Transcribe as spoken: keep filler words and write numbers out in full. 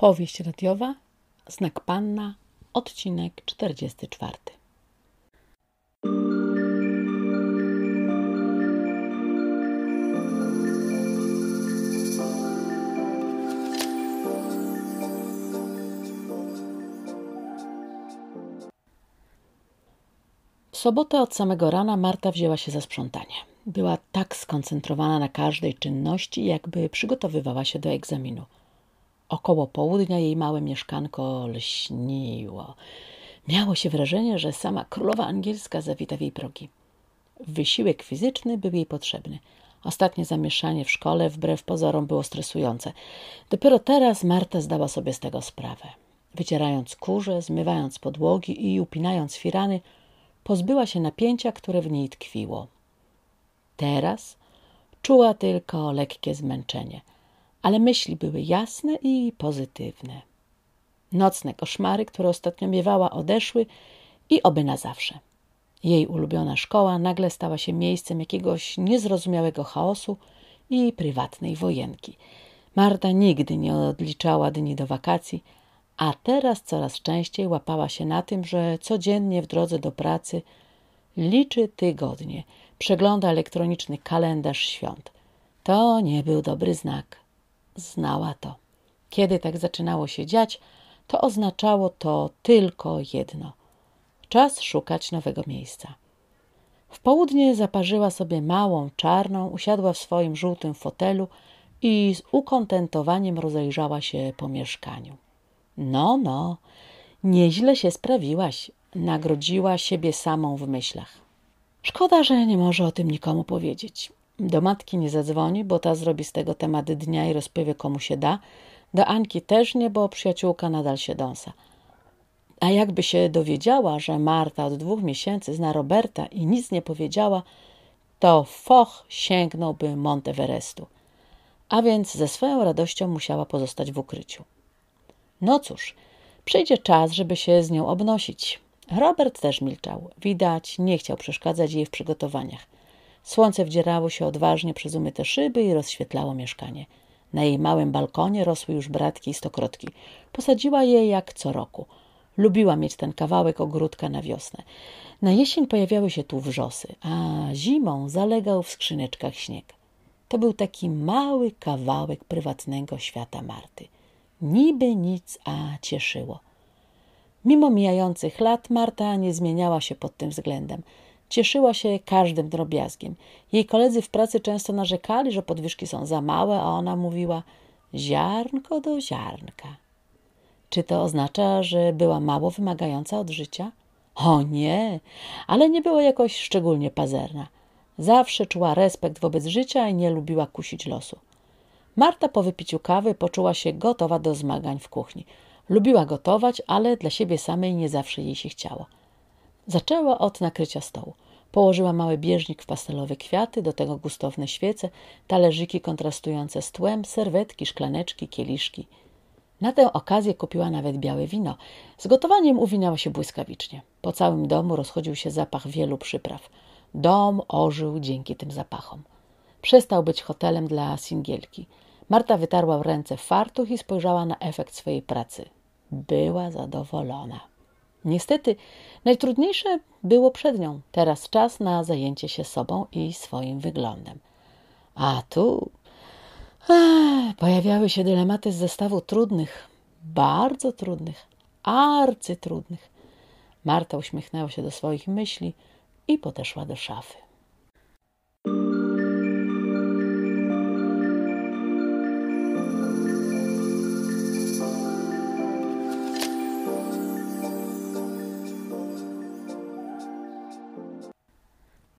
Powieść radiowa Znak Panna, odcinek czterdziesty czwarty. W sobotę od samego rana Marta wzięła się za sprzątanie. Była tak skoncentrowana na każdej czynności, jakby przygotowywała się do egzaminu. Około południa jej małe mieszkanko lśniło. Miało się wrażenie, że sama królowa angielska zawita w jej progi. Wysiłek fizyczny był jej potrzebny. Ostatnie zamieszanie w szkole wbrew pozorom było stresujące. Dopiero teraz Marta zdała sobie z tego sprawę. Wycierając kurze, zmywając podłogi i upinając firany, pozbyła się napięcia, które w niej tkwiło. Teraz czuła tylko lekkie zmęczenie, ale myśli były jasne i pozytywne. Nocne koszmary, które ostatnio miewała, odeszły i oby na zawsze. Jej ulubiona szkoła nagle stała się miejscem jakiegoś niezrozumiałego chaosu i prywatnej wojenki. Marta nigdy nie odliczała dni do wakacji, a teraz coraz częściej łapała się na tym, że codziennie w drodze do pracy liczy tygodnie, przegląda elektroniczny kalendarz świąt. To nie był dobry znak. Znała to. Kiedy tak zaczynało się dziać, to oznaczało to tylko jedno. Czas szukać nowego miejsca. W południe zaparzyła sobie małą, czarną, usiadła w swoim żółtym fotelu i z ukontentowaniem rozejrzała się po mieszkaniu. No, no, nieźle się sprawiłaś, nagrodziła siebie samą w myślach. Szkoda, że nie może o tym nikomu powiedzieć. Do matki nie zadzwoni, bo ta zrobi z tego temat dnia i rozpowie komu się da. Do Ańki też nie, bo przyjaciółka nadal się dąsa. A jakby się dowiedziała, że Marta od dwóch miesięcy zna Roberta i nic nie powiedziała, to foch sięgnąłby Monteverestu. A więc ze swoją radością musiała pozostać w ukryciu. No cóż, przyjdzie czas, żeby się z nią obnosić. Robert też milczał. Widać, nie chciał przeszkadzać jej w przygotowaniach. Słońce wdzierało się odważnie przez umyte szyby i rozświetlało mieszkanie. Na jej małym balkonie rosły już bratki i stokrotki. Posadziła je jak co roku. Lubiła mieć ten kawałek ogródka na wiosnę. Na jesień pojawiały się tu wrzosy, a zimą zalegał w skrzyneczkach śnieg. To był taki mały kawałek prywatnego świata Marty. Niby nic, a cieszyło. Mimo mijających lat Marta nie zmieniała się pod tym względem. Cieszyła się każdym drobiazgiem. Jej koledzy w pracy często narzekali, że podwyżki są za małe, a ona mówiła ziarnko do ziarnka. Czy to oznacza, że była mało wymagająca od życia? O nie, ale nie była jakoś szczególnie pazerna. Zawsze czuła respekt wobec życia i nie lubiła kusić losu. Marta po wypiciu kawy poczuła się gotowa do zmagań w kuchni. Lubiła gotować, ale dla siebie samej nie zawsze jej się chciało. Zaczęła od nakrycia stołu. Położyła mały bieżnik w pastelowe kwiaty, do tego gustowne świece, talerzyki kontrastujące z tłem, serwetki, szklaneczki, kieliszki. Na tę okazję kupiła nawet białe wino. Z gotowaniem uwinęła się błyskawicznie. Po całym domu rozchodził się zapach wielu przypraw. Dom ożył dzięki tym zapachom. Przestał być hotelem dla singielki. Marta wytarła ręce w fartuch i spojrzała na efekt swojej pracy. Była zadowolona. Niestety najtrudniejsze było przed nią. Teraz czas na zajęcie się sobą i swoim wyglądem. A tu ech, pojawiały się dylematy z zestawu trudnych, bardzo trudnych, arcytrudnych. Marta uśmiechnęła się do swoich myśli i podeszła do szafy.